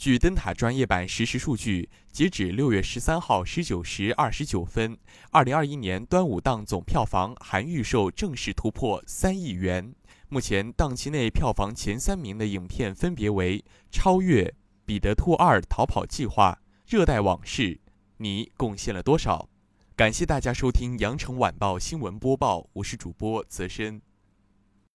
据灯塔专业版实时数据，截止6月13号19时29分，2021年端午档总票房含预售正式突破3亿元。目前档期内票房前3名的影片分别为《超越》、《彼得兔2逃跑计划》、《热带往事》。你贡献了多少？感谢大家收听羊城晚报新闻播报，我是主播泽深。